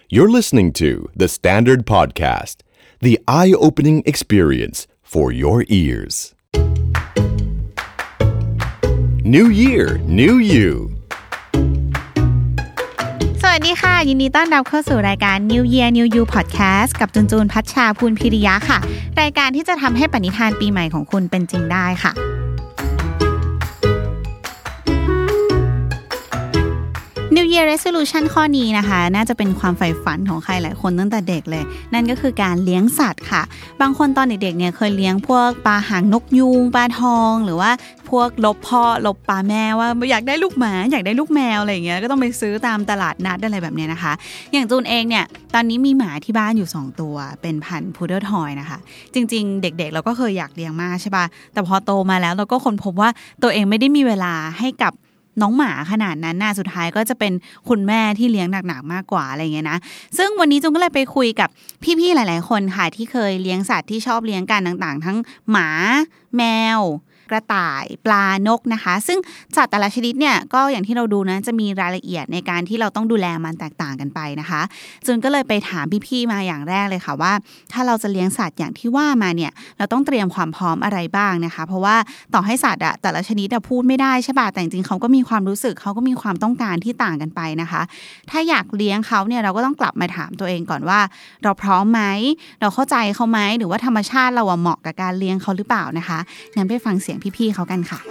You're listening to The Standard Podcast, the eye-opening experience for your ears. New Year, New You. สวัสดีค่ะยินดีต้อนรับเข้าสู่รายการ New Year New You Podcast กับจูนพัชชาภูลพิริยะค่ะรายการที่จะทำให้ปณิธานปีใหม่ของคุณเป็นจริงได้ค่ะNew Year Resolution ข้อนี้นะคะน่าจะเป็นความใฝ่ฝันของใครหลายคนตั้งแต่เด็กเลยนั่นก็คือการเลี้ยงสัตว์ค่ะบางคนตอนเด็กๆเนี่ยเคยเลี้ยงพวกปลาหางนกยูงปลาทองหรือว่าพวกลบพ่อลบปลาแม่ว่าอยากได้ลูกหมาอยากได้ลูกแมวอะไรอย่างเงี้ยก็ต้องไปซื้อตามตลาดนัดอะไรแบบนี้นะคะอย่างจูนเองเนี่ยตอนนี้มีหมาที่บ้านอยู่2ตัวเป็นพันธุ์พุดเดิ้ลทอยนะคะจริงๆเด็กๆเราก็เคยอยากเลี้ยงมากใช่ป่ะแต่พอโตมาแล้วเราก็ค้นพบว่าตัวเองไม่ได้มีเวลาให้กับน้องหมาขนาดนั้นน่ะสุดท้ายก็จะเป็นคุณแม่ที่เลี้ยงหนักๆมากกว่าอะไรเงี้ยนะซึ่งวันนี้จุงก็เลยไปคุยกับพี่ๆหลายๆคนค่ะที่เคยเลี้ยงสัตว์ที่ชอบเลี้ยงกันต่างๆทั้งหมาแมวกระต่ายปลานกนะคะซึ่งสัตว์แต่ละชนิดเนี่ยก็อย่างที่เราดูนะจะมีรายละเอียดในการที่เราต้องดูแลมันแตกต่างกันไปนะคะจุนก็เลยไปถามพี่ๆมาอย่างแรกเลยค่ะว่าถ้าเราจะเลี้ยงสัตว์อย่างที่ว่ามาเนี่ยเราต้องเตรียมความพร้อมอะไรบ้างนะคะเพราะว่าต่อให้สัตว์อะแต่ละชนิดพูดไม่ได้ใช่ป่ะแต่จริงๆเขาก็มีความรู้สึกเขาก็มีความต้องการที่ต่างกันไปนะคะถ้าอยากเลี้ยงเขาเนี่ยเราก็ต้องกลับมาถามตัวเองก่อนว่าเราพร้อมไหมเราเข้าใจเขาไหมหรือว่าธรรมชาติเราเหมาะกับการเลี้ยงเขาหรือเปล่านะคะงั้นไปฟังเสียงพี่ๆเขากันค่ะ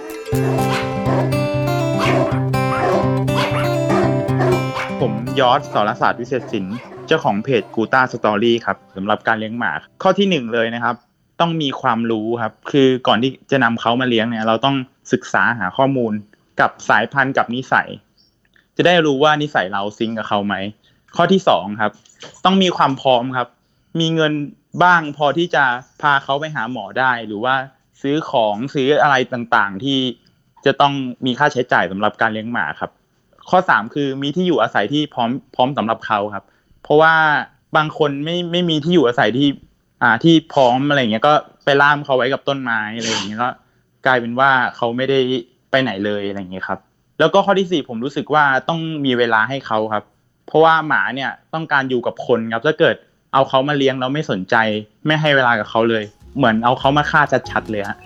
ผมยอดสรศาสตร์วิเศษศิลป์เจ้าของเพจกูต้าสตอรี่ครับสำหรับการเลี้ยงหมาข้อที่1เลยนะครับต้องมีความรู้ครับคือก่อนที่จะนำเขามาเลี้ยงเนี่ยเราต้องศึกษาหาข้อมูลกับสายพันธุ์กับนิสัยจะได้รู้ว่านิสัยเราซิงค์กับเขาไหมข้อที่2ครับต้องมีความพร้อมครับมีเงินบ้างพอที่จะพาเขาไปหาหมอได้หรือว่าซื้อของซื้ออะไรต่างๆที่จะต้องมีค่าใช้จ่ายสำหรับการเลี้ยงหมาครับข้อ3คือมีที่อยู่อาศัยที่พร้อมสำหรับเขาครับเพราะว่าบางคนไม่มีที่อยู่อาศัยที่พร้อมอะไรอย่างเงี้ยก็ไปล่ามเขาไว้กับต้นไม้อะไรอย่างเงี้ยก็กลายเป็นว่าเขาไม่ได้ไปไหนเลยอะไรอย่างเงี้ยครับแล้วก็ข้อที่4ผมรู้สึกว่าต้องมีเวลาให้เขาครับเพราะว่าหมาเนี่ยต้องการอยู่กับคนครับถ้าเกิดเอาเขามาเลี้ยงแล้วไม่สนใจไม่ให้เวลากับเขาเลยเหมือนเอาเขามาฆ่าชัดๆเลยฮะ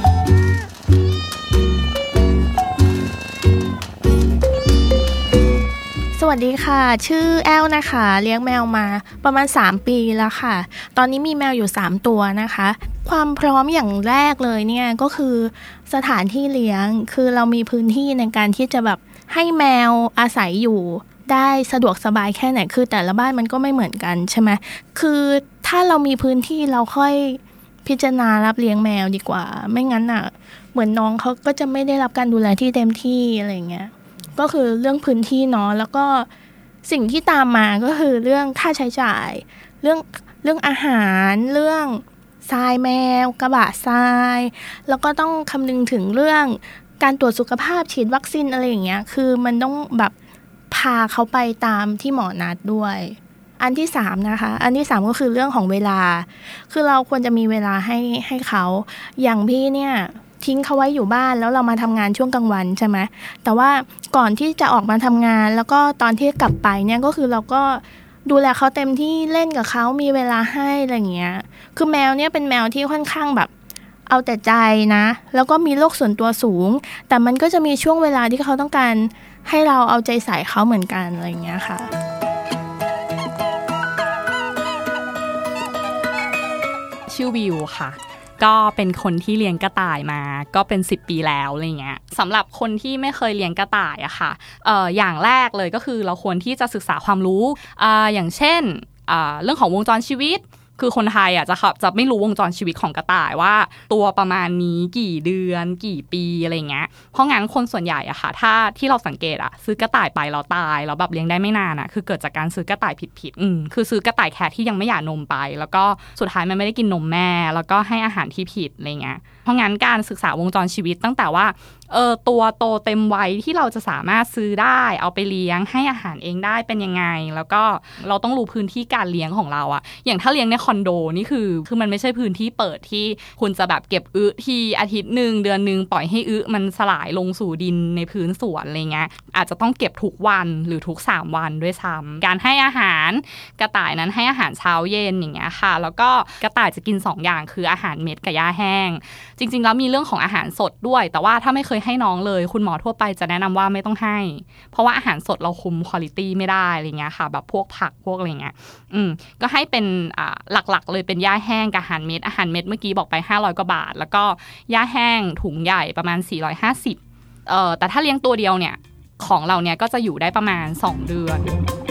สวัสดีค่ะชื่อแอลนะคะเลี้ยงแมวมาประมาณ3ปีแล้วค่ะตอนนี้มีแมวอยู่3ตัวนะคะความพร้อมอย่างแรกเลยเนี่ยก็คือสถานที่เลี้ยงคือเรามีพื้นที่ในการที่จะแบบให้แมวอาศัยอยู่ได้สะดวกสบายแค่ไหนคือแต่ละบ้านมันก็ไม่เหมือนกันใช่ไหมคือถ้าเรามีพื้นที่เราค่อยพิจารณารับเลี้ยงแมวดีกว่าไม่งั้นอ่ะเหมือนน้องเขาก็จะไม่ได้รับการดูแลที่เต็มที่อะไรเงี้ยก็คือเรื่องพื้นที่เนาะแล้วก็สิ่งที่ตามมาก็คือเรื่องค่าใช้จ่ายเรื่องอาหารเรื่องทรายแมวกระบะทรายแล้วก็ต้องคำนึงถึงเรื่องการตรวจสุขภาพฉีดวัคซีนอะไรอย่างเงี้ยคือมันต้องแบบพาเขาไปตามที่หมอนัดด้วยอันที่3นะคะอันที่3ก็คือเรื่องของเวลาคือเราควรจะมีเวลาให้เขาอย่างพี่เนี่ยทิ้งเขาไว้อยู่บ้านแล้วเรามาทำงานช่วงกลางวันใช่ไหมแต่ว่าก่อนที่จะออกมาทำงานแล้วก็ตอนที่กลับไปเนี่ยก็คือเราก็ดูแลเขาเต็มที่เล่นกับเขามีเวลาให้อะไรอย่างเงี้ยคือแมวเนี่ยเป็นแมวที่ค่อนข้างแบบเอาแต่ใจนะแล้วก็มีโลกส่วนตัวสูงแต่มันก็จะมีช่วงเวลาที่เขาต้องการให้เราเอาใจใส่เขาเหมือนกันอะไรอย่างเงี้ยค่ะชื่อวิวค่ะก็เป็นคนที่เลี้ยงกระต่ายมาก็เป็น10ปีแล้วอะไรเงี้ยสำหรับคนที่ไม่เคยเลี้ยงกระต่ายอะค่ะอย่างแรกเลยก็คือเราควรที่จะศึกษาความรู้อย่างเช่นเรื่องของวงจรชีวิตคือคนไทยอ่ะจะไม่รู้วงจรชีวิตของกระต่ายว่าตัวประมาณนี้กี่เดือนกี่ปีอะไรเงี้ยเพราะงั้นคนส่วนใหญ่อะค่ะถ้าที่เราสังเกตอะซื้อกระต่ายไปแล้วตายแล้วแบบเลี้ยงได้ไม่นานอะคือเกิดจากการซื้อกระต่ายผิดคือซื้อกระต่ายแคะที่ยังไม่หย่านมไปแล้วก็สุดท้ายมันไม่ได้กินนมแม่แล้วก็ให้อาหารที่ผิดอะไรเงี้ยเพราะงั้นการศึกษาวงจรชีวิตตั้งแต่ว่าตัวโตเต็มวัยที่เราจะสามารถซื้อได้เอาไปเลี้ยงให้อาหารเองได้เป็นยังไงแล้วก็เราต้องรู้พื้นที่การเลี้ยงของเราอะอย่างถ้าเลี้ยงในคอนโดนี่คือมันไม่ใช่พื้นที่เปิดที่คุณจะแบบเก็บอึที่อาทิตย์นึงเดือนนึงปล่อยให้อึมันสลายลงสู่ดินในพื้นสวนอะไรเงี้ยอาจจะต้องเก็บทุกวันหรือทุก3วันด้วยซ้ำการให้อาหารกระต่ายนั้นให้อาหารเช้าเย็นอย่างเงี้ยค่ะแล้วก็กระต่ายจะกิน2อย่างคืออาหารเม็ดกับหญ้าแห้งจริงๆแล้วมีเรื่องของอาหารสดด้วยแต่ว่าถ้าไม่เคยให้น้องเลยคุณหมอทั่วไปจะแนะนำว่าไม่ต้องให้เพราะว่าอาหารสดเราคุมควอลิตี้ไม่ได้อะไรเงี้ยค่ะแบบพวกผักพวกอะไรเงี้ยก็ให้เป็นหลักๆเลยเป็นหญ้าแห้งกับอาหารเม็ดเมื่อกี้บอกไป500กว่าบาทแล้วก็หญ้าแห้งถุงใหญ่ประมาณ450แต่ถ้าเลี้ยงตัวเดียวเนี่ยของเราเนี่ยก็จะอยู่ได้ประมาณ2เดือน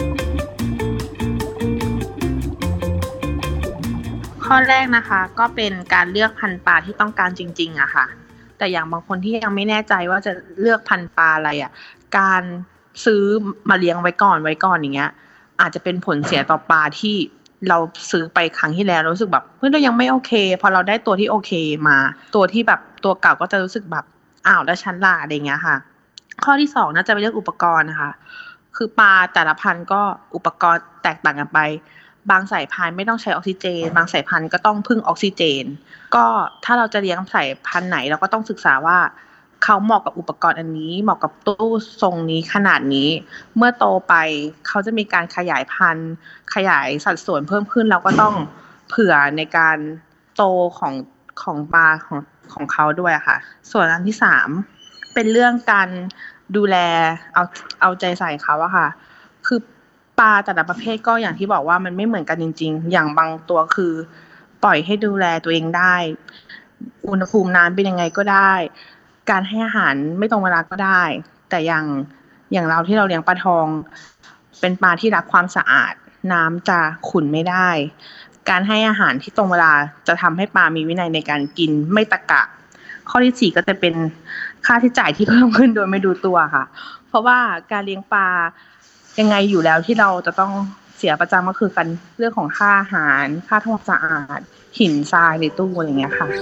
ข้อแรกนะคะก็เป็นการเลือกพันธุ์ปลาที่ต้องการจริงๆอะค่ะแต่อย่างบางคนที่ยังไม่แน่ใจว่าจะเลือกพันธุ์ปลาอะไรอะการซื้อมาเลี้ยงไว้ก่อนอย่างเงี้ยอาจจะเป็นผลเสียต่อปลาที่เราซื้อไปครั้งที่แล้วรู้สึกแบบเฮ้ยเรายังไม่โอเคพอเราได้ตัวที่โอเคมาตัวที่แบบตัวเก่าก็จะรู้สึกแบบอ้าวแล้วชั้นล่ะอะไรเงี้ยค่ะข้อที่2น่าจะเป็นเรื่องอุปกรณ์นะคะคือปลาแต่ละพันธุ์ก็อุปกรณ์แตกต่างกันไปบางสายพันธุ์ไม่ต้องใช้ออกซิเจนบางสายพันธุ์ก็ต้องพึ่งออกซิเจนก็ถ้าเราจะเลี้ยงสายพันธุ์ไหนเราก็ต้องศึกษาว่าเขาเหมาะกับอุปกรณ์อันนี้เหมาะกับตู้ทรงนี้ขนาดนี้เมื่อโตไปเขาจะมีการขยายพันธุ์ขยายสัดส่วนเพิ่มขึ้นเราก็ต้องเผื่อในการโตของปลาของเขาด้วยค่ะส่วนอันที่3เป็นเรื่องการดูแลเอาใจใส่เขาอะค่ะคือปลาแต่ละประเภทก็อย่างที่บอกว่ามันไม่เหมือนกันจริงๆอย่างบางตัวคือปล่อยให้ดูแลตัวเองได้อุณหภูมิน้ำเป็นยังไงก็ได้การให้อาหารไม่ตรงเวลาก็ได้แต่อย่างเราที่เราเลี้ยงปลาทองเป็นปลาที่รักความสะอาดน้ำจะขุ่นไม่ได้การให้อาหารที่ตรงเวลาจะทำให้ปลามีวินัยในการกินไม่ตะกะข้อที่4ก็จะเป็นค่าใช้จ่ายที่เพิ่มขึ้นโดยไม่ดูตัวค่ะเพราะว่าการเลี้ยงปลายังไงอยู่แล้วที่เราจะต้องเสียประจำก็คือกันเรื่องของค่าอาหารค่าทำความสะอาดหินทรายในตู้อะไรอย่างเงี้ยค่ะ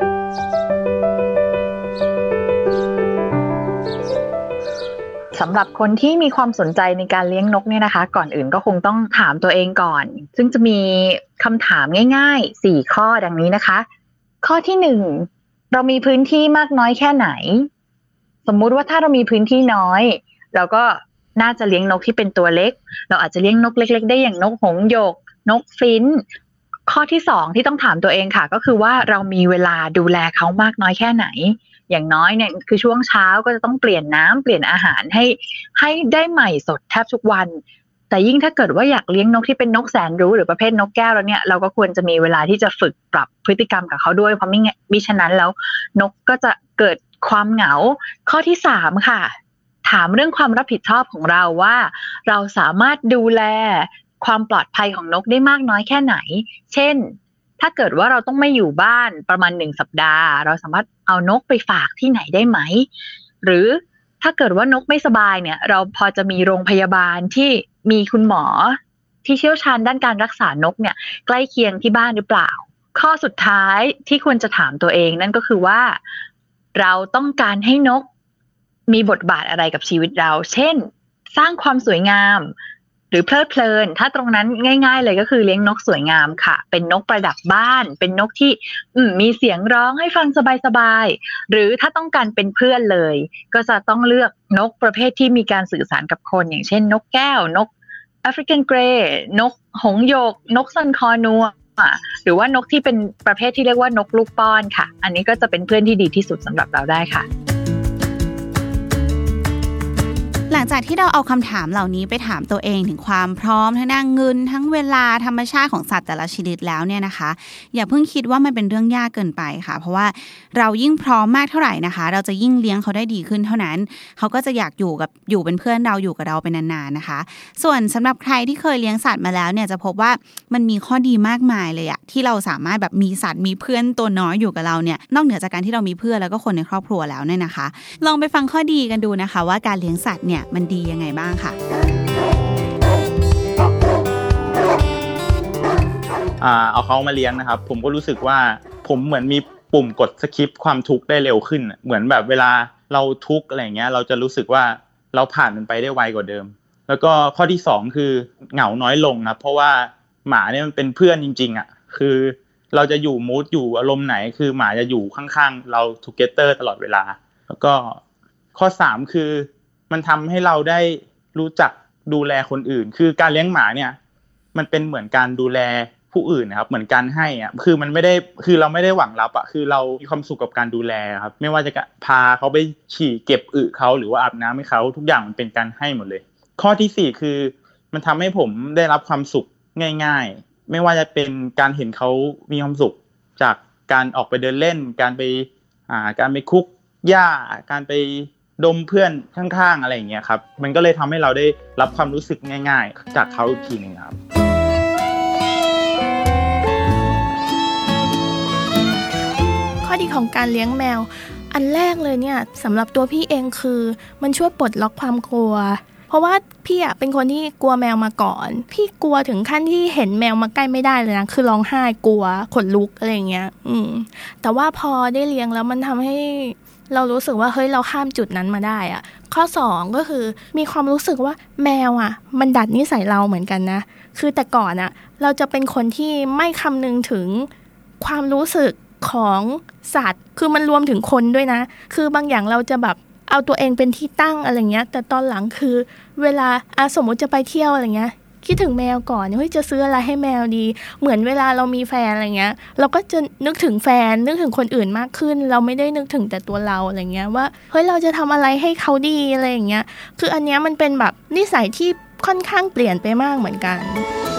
สำหรับคนที่มีความสนใจในการเลี้ยงนกเนี่ยนะคะก่อนอื่นก็คงต้องถามตัวเองก่อนซึ่งจะมีคำถามง่ายๆ4ข้อดังนี้นะคะข้อที่1เรามีพื้นที่มากน้อยแค่ไหนสมมุติว่าถ้าเรามีพื้นที่น้อยเราก็น่าจะเลี้ยงนกที่เป็นตัวเล็กเราอาจจะเลี้ยงนกเล็กๆได้อย่างนกหงส์หยกนกฟินช์ข้อที่2ที่ต้องถามตัวเองค่ะก็คือว่าเรามีเวลาดูแลเขามากน้อยแค่ไหนอย่างน้อยเนี่ยคือช่วงเช้าก็จะต้องเปลี่ยนน้ำเปลี่ยนอาหารให้ได้ใหม่สดแทบทุกวันแต่ยิ่งถ้าเกิดว่าอยากเลี้ยงนกที่เป็นนกแสนรู้หรือประเภทนกแก้วแล้วเนี่ยเราก็ควรจะมีเวลาที่จะฝึกปรับพฤติกรรมกับเขาด้วยเพราะมิฉะนั้นแล้วนกก็จะเกิดความเหงาข้อที่3ค่ะถามเรื่องความรับผิดชอบของเราว่าเราสามารถดูแลความปลอดภัยของนกได้มากน้อยแค่ไหนเช่นถ้าเกิดว่าเราต้องไม่อยู่บ้านประมาณ1สัปดาห์เราสามารถเอานกไปฝากที่ไหนได้ไหมหรือถ้าเกิดว่านกไม่สบายเนี่ยเราพอจะมีโรงพยาบาลที่มีคุณหมอที่เชี่ยวชาญด้านการรักษานกเนี่ยใกล้เคียงที่บ้านหรือเปล่าข้อสุดท้ายที่ควรจะถามตัวเองนั่นก็คือว่าเราต้องการให้นกมีบทบาทอะไรกับชีวิตเราเช่นสร้างความสวยงามหรือเพลิดเพลินถ้าตรงนั้นง่ายๆเลยก็คือเลี้ยงนกสวยงามค่ะเป็นนกประดับบ้านเป็นนกที่มีเสียงร้องให้ฟังสบายๆหรือถ้าต้องการเป็นเพื่อนเลยก็จะต้องเลือกนกประเภทที่มีการสื่อสารกับคนอย่างเช่นนกแก้วนกแอฟริกันเกรย์นกหงส์หยกนกซันคอนัวหรือว่านกที่เป็นประเภทที่เรียกว่านกลูกป้อนค่ะอันนี้ก็จะเป็นเพื่อนที่ดีที่สุดสำหรับเราได้ค่ะหลังจากที่เราเอาคำถามเหล่านี้ไปถามตัวเองถึงความพร้อมทั้งด้านเงินทั้งเวลาธรรมชาติของสัตว์แต่ละชนิดแล้วเนี่ยนะคะอย่าเพิ่งคิดว่ามันเป็นเรื่องยากเกินไปค่ะเพราะว่าเรายิ่งพร้อมมากเท่าไหร่นะคะเราจะยิ่งเลี้ยงเขาได้ดีขึ้นเท่านั้นเขาก็จะอยากอยู่เป็นเพื่อนเราอยู่กับเราเป็นนานๆนะคะส่วนสำหรับใครที่เคยเลี้ยงสัตว์มาแล้วเนี่ยจะพบว่ามันมีข้อดีมากมายเลยอะที่เราสามารถแบบมีสัตว์มีเพื่อนตัวน้อยอยู่กับเราเนี่ยนอกเหนือจากการที่เรามีเพื่อนแล้วก็คนในครอบครัวแล้วเนี่ยนะคะลองไปฟังข้อดีกันดูนะคะว่าการเลี้ยงสัตว์เนี่ยมันดียังไงบ้างค่ะเอาเขามาเลี้ยงนะครับผมก็รู้สึกว่าผมเหมือนมีปุ่มกดสคิปความทุกข์ได้เร็วขึ้นเหมือนแบบเวลาเราทุกข์อะไรเงี้ยเราจะรู้สึกว่าเราผ่านมันไปได้ไวกว่าเดิมแล้วก็ข้อที่2คือเหงาน้อยลงครับเพราะว่าหมาเนี่ยมันเป็นเพื่อนจริงๆอ่ะคือเราจะอยู่มูดอยู่อารมณ์ไหนคือหมาจะอยู่ข้างๆเราทูเกเตอร์ตลอดเวลาแล้วก็ข้อ3คือมันทำให้เราได้รู้จักดูแลคนอื่นคือการเลี้ยงหมาเนี่ยมันเป็นเหมือนการดูแลผู้อื่นนะครับเหมือนการให้อ่ะคือมันไม่ได้คือเราไม่ได้หวังรับอ่ะคือเรามีความสุขกับการดูแลครับไม่ว่าจะพาเขาไปฉี่เก็บอึเขาหรือว่าอาบน้ำให้เขาทุกอย่างมันเป็นการให้หมดเลยข้อที่4คือมันทำให้ผมได้รับความสุขง่ายๆไม่ว่าจะเป็นการเห็นเขามีความสุขจากการออกไปเดินเล่นการไปคุกหญ้าการไปดมเพื่อนข้างๆอะไรอย่างเงี้ยครับมันก็เลยทำให้เราได้รับความรู้สึกง่ายๆจากเขาอีกทีนึงครับข้อดีของการเลี้ยงแมวอันแรกเลยเนี่ยสำหรับตัวพี่เองคือมันช่วยปลดล็อกความกลัวเพราะว่าพี่อ่ะเป็นคนที่กลัวแมวมาก่อนพี่กลัวถึงขั้นที่เห็นแมวมาใกล้ไม่ได้เลยนะคือร้องไห้กลัวขนลุกอะไรอย่างเงี้ยแต่ว่าพอได้เลี้ยงแล้วมันทำให้เรารู้สึกว่าเฮ้ยเราข้ามจุดนั้นมาได้อ่ะข้อ2ก็คือมีความรู้สึกว่าแมวอ่ะมันดัดนิสัยเราเหมือนกันนะคือแต่ก่อนอ่ะเราจะเป็นคนที่ไม่คำนึงถึงความรู้สึกของสัตว์คือมันรวมถึงคนด้วยนะคือบางอย่างเราจะแบบเอาตัวเองเป็นที่ตั้งอะไรเงี้ยแต่ตอนหลังคือเวลาสมมติจะไปเที่ยวอะไรเงี้ยคิดถึงแมวก่อนเฮ้ยจะซื้ออะไรให้แมวดีเหมือนเวลาเรามีแฟนอะไรเงี้ยเราก็จะนึกถึงแฟนนึกถึงคนอื่นมากขึ้นเราไม่ได้นึกถึงแต่ตัวเราอะไรเงี้ยว่าเฮ้ยเราจะทำอะไรให้เขาดีอะไรอย่างเงี้ยคืออันเนี้ยมันเป็นแบบนิสัยที่ค่อนข้างเปลี่ยนไปมากเหมือนกัน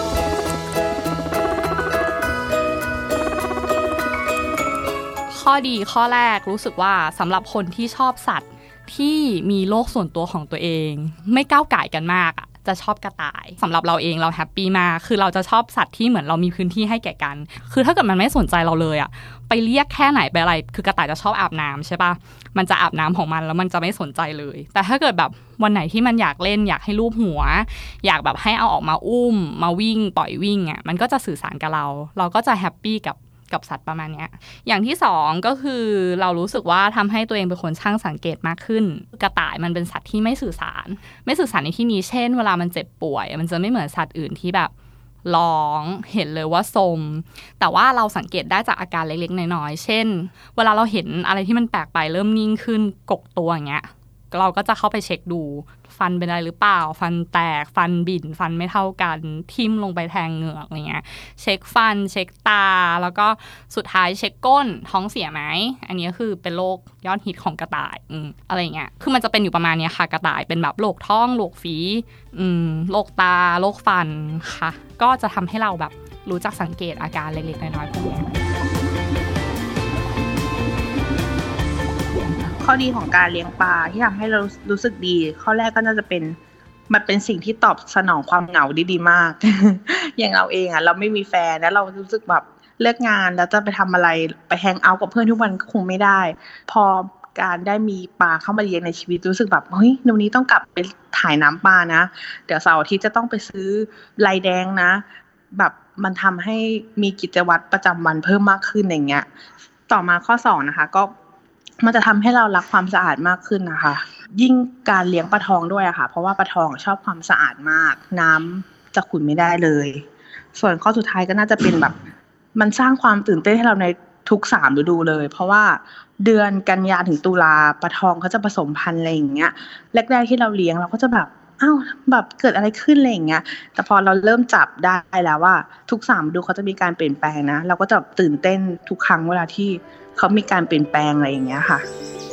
ข้อดีข้อแรกรู้สึกว่าสำหรับคนที่ชอบสัตว์ที่มีโลกส่วนตัวของตัวเองไม่ก้าวก่ายกันมากจะชอบกระต่ายสำหรับเราเองเราแฮปปี้มากคือเราจะชอบสัตว์ที่เหมือนเรามีพื้นที่ให้แก่กันคือถ้าเกิดมันไม่สนใจเราเลยไปเรียกแค่ไหนไปอะไรคือกระต่ายจะชอบอาบน้ำใช่ปะมันจะอาบน้ำของมันแล้วมันจะไม่สนใจเลยแต่ถ้าเกิดแบบวันไหนที่มันอยากเล่นอยากให้ลูบหัวอยากแบบให้เอาออกมาอุ้มมาวิ่งปล่อยวิ่งมันก็จะสื่อสารกับเราก็จะแฮปปี้กับสัตว์ประมาณนี้อย่างที่2ก็คือเรารู้สึกว่าทำให้ตัวเองเป็นคนช่างสังเกตมากขึ้นกระต่ายมันเป็นสัตว์ที่ไม่สื่อสารในที่นี้เช่นเวลามันเจ็บป่วยมันจะไม่เหมือนสัตว์อื่นที่แบบร้องเห็นเลยว่าสมแต่ว่าเราสังเกตได้จากอาการเล็กๆน้อยๆเช่นเวลาเราเห็นอะไรที่มันแปลกไปเริ่มนิ่งขึ้นกกตัวอย่างเงี้ยเราก็จะเข้าไปเช็คดูฟันเป็นอะไรหรือเปล่าฟันแตกฟันบิ่นฟันไม่เท่ากันทิ่มลงไปแทงเหงือกอะไรเงี้ยเช็คฟันเช็คตาแล้วก็สุดท้ายเช็คก้นท้องเสียไหมอันนี้คือเป็นโรคยอดฮิตของกระต่ายอะไรเงี้ยคือมันจะเป็นอยู่ประมาณนี้ค่ะกระต่ายเป็นแบบโรคท้องโรคฝีโรคตาโรคฟันค่ะก็จะทำให้เราแบบรู้จักสังเกตอาการเล็กๆน้อยๆพวกนี้ข้อดีของการเลี้ยงปลาที่ทำให้เรารู้สึกดีข้อแรกก็น่าจะเป็นมันเป็นสิ่งที่ตอบสนองความเหงาได้ดีมาก อย่างเราเองเราไม่มีแฟนแล้วเรารู้สึกแบบเลิกงานแล้วจะไปทำอะไรไปแฮงเอาท์กับเพื่อนทุกวันก็คงไม่ได้พอการได้มีปลาเข้ามาเลี้ยงในชีวิตรู้สึกแบบเฮ้ยวันนี้ต้องกลับไปถ่ายน้ำปลานะเดี๋ยวเสาร์อาทิตย์จะต้องไปซื้อไลแดงนะแบบมันทำให้มีกิจวัตรประจำวันเพิ่มมากขึ้นอย่างเงี้ยต่อมาข้อ2นะคะก็มันจะทำให้เรารักความสะอาดมากขึ้นนะคะยิ่งการเลี้ยงปลาทองด้วยค่ะเพราะว่าปลาทองชอบความสะอาดมากน้ำจะขุ่นไม่ได้เลยส่วนข้อสุดท้ายก็น่าจะเป็นแบบมันสร้างความตื่นเต้นให้เราในทุก3ฤดูเลยเพราะว่าเดือนกันยาถึงตุลาปลาทองเขาจะผสมพันธุ์อะไรอย่างเงี้ยแรกๆที่เราเลี้ยงเราก็จะแบบอ้าวแบบเกิดอะไรขึ้นอะไรอย่างเงี้ยแต่พอเราเริ่มจับได้แล้วว่าทุก3ฤดูเขาจะมีการเปลี่ยนแปลงนะเราก็จะตื่นเต้นทุกครั้งเวลาที่เขามีการเปลี่ยนแปลงอะไรอย่างเงี้ยค่ะ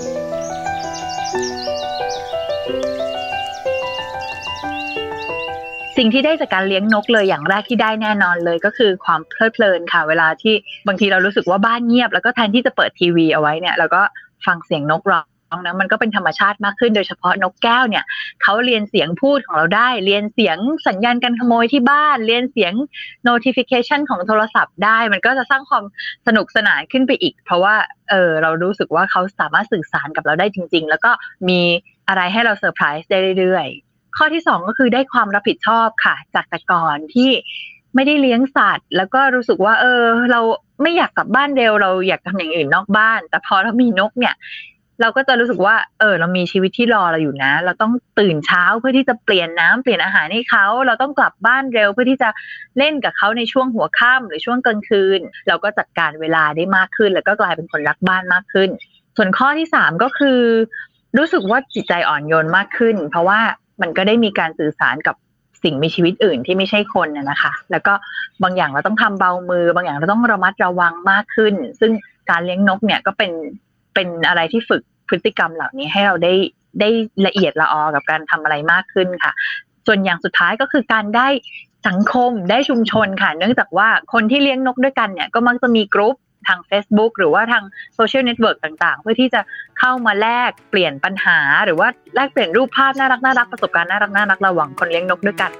สิ่งที่ได้จากการเลี้ยงนกเลยอย่างแรกที่ได้แน่นอนเลยก็คือความเพลิดเพลินค่ะเวลาที่บางทีเรารู้สึกว่าบ้านเงียบแล้วก็แทนที่จะเปิดทีวีเอาไว้เนี่ยเราก็ฟังเสียงนกร้องนะมันก็เป็นธรรมชาติมากขึ้นโดยเฉพาะนกแก้วเนี่ยเขาเรียนเสียงพูดของเราได้เรียนเสียงสัญญาณการขโมยที่บ้านเรียนเสียง notification ของโทรศัพท์ได้มันก็จะสร้างความสนุกสนานขึ้นไปอีกเพราะว่าเรารู้สึกว่าเขาสามารถสื่อสารกับเราได้จริงๆแล้วก็มีอะไรให้เราเซอร์ไพรส์ได้เรื่อยๆข้อที่2ก็คือได้ความรับผิดชอบค่ะจากแต่ก่อนที่ไม่ได้เลี้ยงสัตว์แล้วก็รู้สึกว่าเราไม่อยากกลับบ้านเร็วเราอยากทำอย่างอื่นนอกบ้านแต่พอเรามีนกเนี่ยเราก็จะรู้สึกว่าเรามีชีวิตที่รอเราอยู่นะเราต้องตื่นเช้าเพื่อที่จะเปลี่ยนน้ำเปลี่ยนอาหารให้เขาเราต้องกลับบ้านเร็วเพื่อที่จะเล่นกับเขาในช่วงหัวค่ำหรือช่วงกลางคืนเราก็จัดการเวลาได้มากขึ้นแล้วก็กลายเป็นคนรักบ้านมากขึ้นส่วนข้อที่3ก็คือรู้สึกว่าจิตใจอ่อนโยนมากขึ้นเพราะว่ามันก็ได้มีการสื่อสารกับสิ่งมีชีวิตอื่นที่ไม่ใช่คนนะคะแล้วก็บางอย่างเราต้องทำเบามือบางอย่างเราต้องระมัดระวังมากขึ้นซึ่งการเลี้ยงนกเนี่ยก็เป็นอะไรที่ฝึกพฤติกรรมเหล่านี้ให้เราได้ละเอียดละออกับการทำอะไรมากขึ้นค่ะส่วนอย่างสุดท้ายก็คือการได้สังคมได้ชุมชนค่ะเนื่องจากว่าคนที่เลี้ยงนกด้วยกันเนี่ยก็มักจะมีกรุ๊ปทาง Facebook หรือว่าทางโซเชียลเน็ตเวิร์กต่างๆเพื่อที่จะเข้ามาแลกเปลี่ยนปัญหาหรือว่าแลกเปลี่ยนรูปภาพน่ารักประสบการณ์น่ารักระหว่างคนเลี้ยงนกด้วยกัน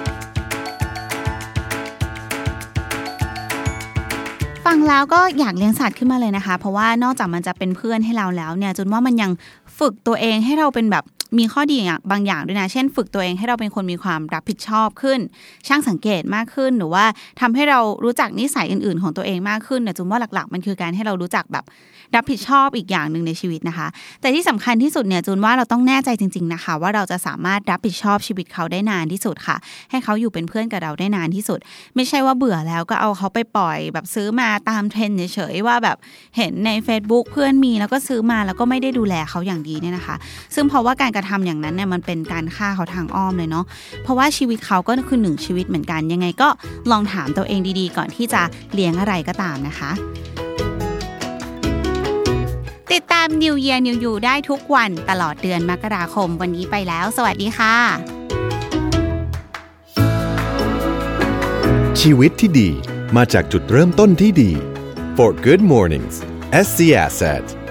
ฟังแล้วก็อยากเลี้ยงสัตว์ขึ้นมาเลยนะคะเพราะว่านอกจากมันจะเป็นเพื่อนให้เราแล้วเนี่ยจนว่ามันยังฝึกตัวเองให้เราเป็นแบบมีข้อดีบางอย่างด้วยนะเช่นฝึกตัวเองให้เราเป็นคนมีความรับผิดชอบขึ้นช่างสังเกตมากขึ้นหรือว่าทำให้เรารู้จักนิสัยอื่นๆของตัวเองมากขึ้นเนี่ยจุนว่าหลักๆมันคือการให้เรารู้จักแบบรับผิดชอบอีกอย่างนึงในชีวิตนะคะแต่ที่สำคัญที่สุดเนี่ยจุนว่าเราต้องแน่ใจจริงๆนะคะว่าเราจะสามารถรับผิดชอบชีวิตเขาได้นานที่สุดค่ะให้เขาอยู่เป็นเพื่อนกับเราได้นานที่สุดไม่ใช่ว่าเบื่อแล้วก็เอาเขาไปปล่อยแบบซื้อมาตามเทรนด์เฉยๆว่าแบบเห็นใน Facebook เพื่อนมีแล้วก็ซื้อมาแล้วก็ไม่ได้ดูแลเขาอย่างดีเนี่ยนะคะซึ่งเพราะว่าการกระทำอย่างนั้นเนี่ยมันเป็นการฆ่าเขาทางอ้อมเลยเนาะเพราะว่าชีวิตเขาก็คือ1ชีวิตเหมือนกันยังไงก็ลองถามตัวเองดีๆก่อนที่จะเลี้ยงอะไรก็ตามนะคะติดตาม New Year New You ได้ทุกวันตลอดเดือนมกราคมวันนี้ไปแล้วสวัสดีค่ะชีวิตที่ดีมาจากจุดเริ่มต้นที่ดี For Good Mornings SC Asset